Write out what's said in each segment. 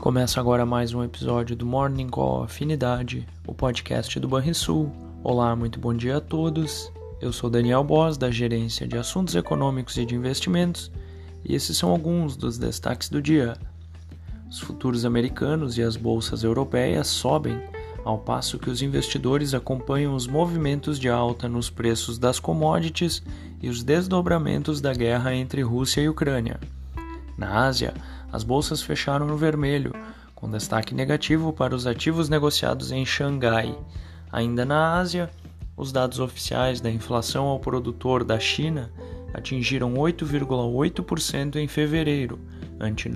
Começa agora mais um episódio do Morning Call Afinidade, o podcast do Banrisul. Olá, muito bom dia a todos. Eu sou Daniel Boss, da Gerência de Assuntos Econômicos e de Investimentos, e esses são alguns dos destaques do dia. Os futuros americanos e as bolsas europeias sobem, ao passo que os investidores acompanham os movimentos de alta nos preços das commodities e os desdobramentos da guerra entre Rússia e Ucrânia. Na Ásia, as bolsas fecharam no vermelho, com destaque negativo para os ativos negociados em Xangai. Ainda na Ásia, os dados oficiais da inflação ao produtor da China atingiram 8,8% em fevereiro, ante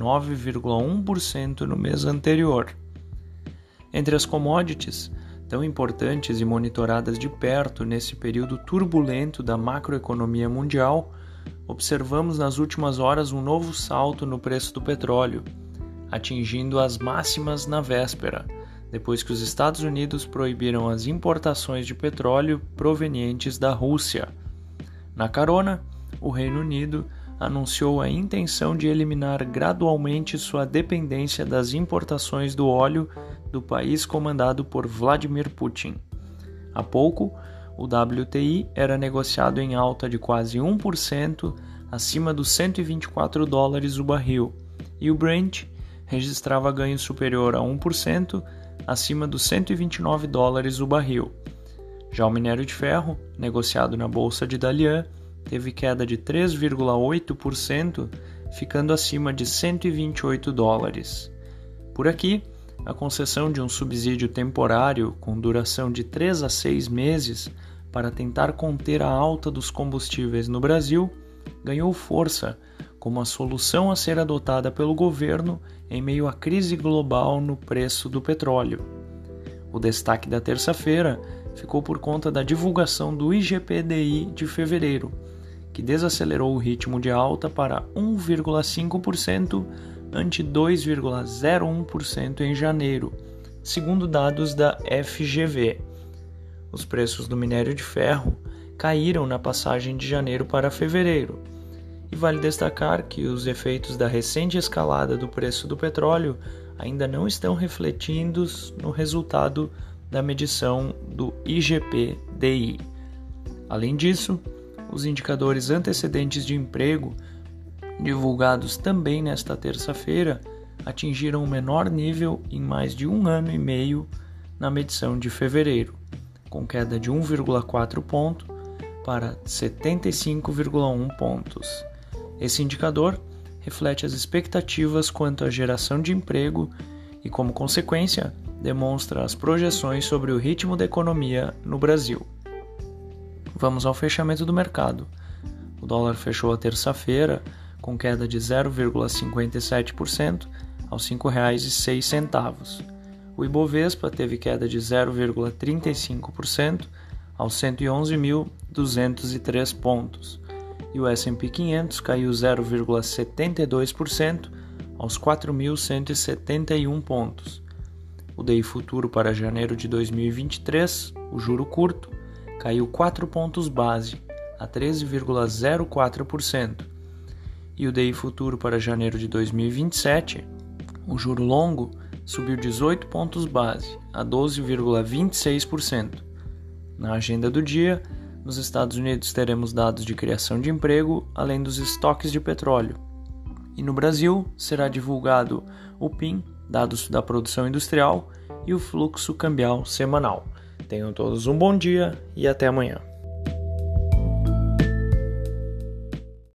9,1% no mês anterior. Entre as commodities, tão importantes e monitoradas de perto nesse período turbulento da macroeconomia mundial, observamos nas últimas horas um novo salto no preço do petróleo, atingindo as máximas na véspera, depois que os Estados Unidos proibiram as importações de petróleo provenientes da Rússia. Na carona, o Reino Unido anunciou a intenção de eliminar gradualmente sua dependência das importações do óleo do país comandado por Vladimir Putin. Há pouco, o WTI era negociado em alta de quase 1% acima dos $124 o barril, e o Brent registrava ganho superior a 1% acima dos $129 o barril. Já o minério de ferro, negociado na Bolsa de Dalian, teve queda de 3,8%, ficando acima de $128. Por aqui, a concessão de um subsídio temporário com duração de 3 a 6 meses para tentar conter a alta dos combustíveis no Brasil ganhou força como a solução a ser adotada pelo governo em meio à crise global no preço do petróleo. O destaque da terça-feira ficou por conta da divulgação do IGPDI de fevereiro, que desacelerou o ritmo de alta para 1,5% ante 2,01% em janeiro, segundo dados da FGV. Os preços do minério de ferro caíram na passagem de janeiro para fevereiro, e vale destacar que os efeitos da recente escalada do preço do petróleo ainda não estão refletindo no resultado da medição do IGPDI. Além disso, os indicadores antecedentes de emprego, divulgados também nesta terça-feira, atingiram o menor nível em mais de 1 ano e meio na medição de fevereiro, com queda de 1,4 ponto para 75,1 pontos. Esse indicador reflete as expectativas quanto à geração de emprego e, como consequência, demonstra as projeções sobre o ritmo da economia no Brasil. Vamos ao fechamento do mercado. O dólar fechou a terça-feira com queda de 0,57% aos R$ 5,06. O Ibovespa teve queda de 0,35% aos 111.203 pontos, e o S&P 500 caiu 0,72% aos 4.171 pontos. O DI futuro para janeiro de 2023, o juro curto, caiu 4 pontos base, a 13,04%, e o DI futuro para janeiro de 2027, o juro longo, subiu 18 pontos base, a 12,26%. Na agenda do dia, nos Estados Unidos teremos dados de criação de emprego, além dos estoques de petróleo. E no Brasil será divulgado o PIM, dados da produção industrial, e o fluxo cambial semanal. Tenham todos um bom dia e até amanhã.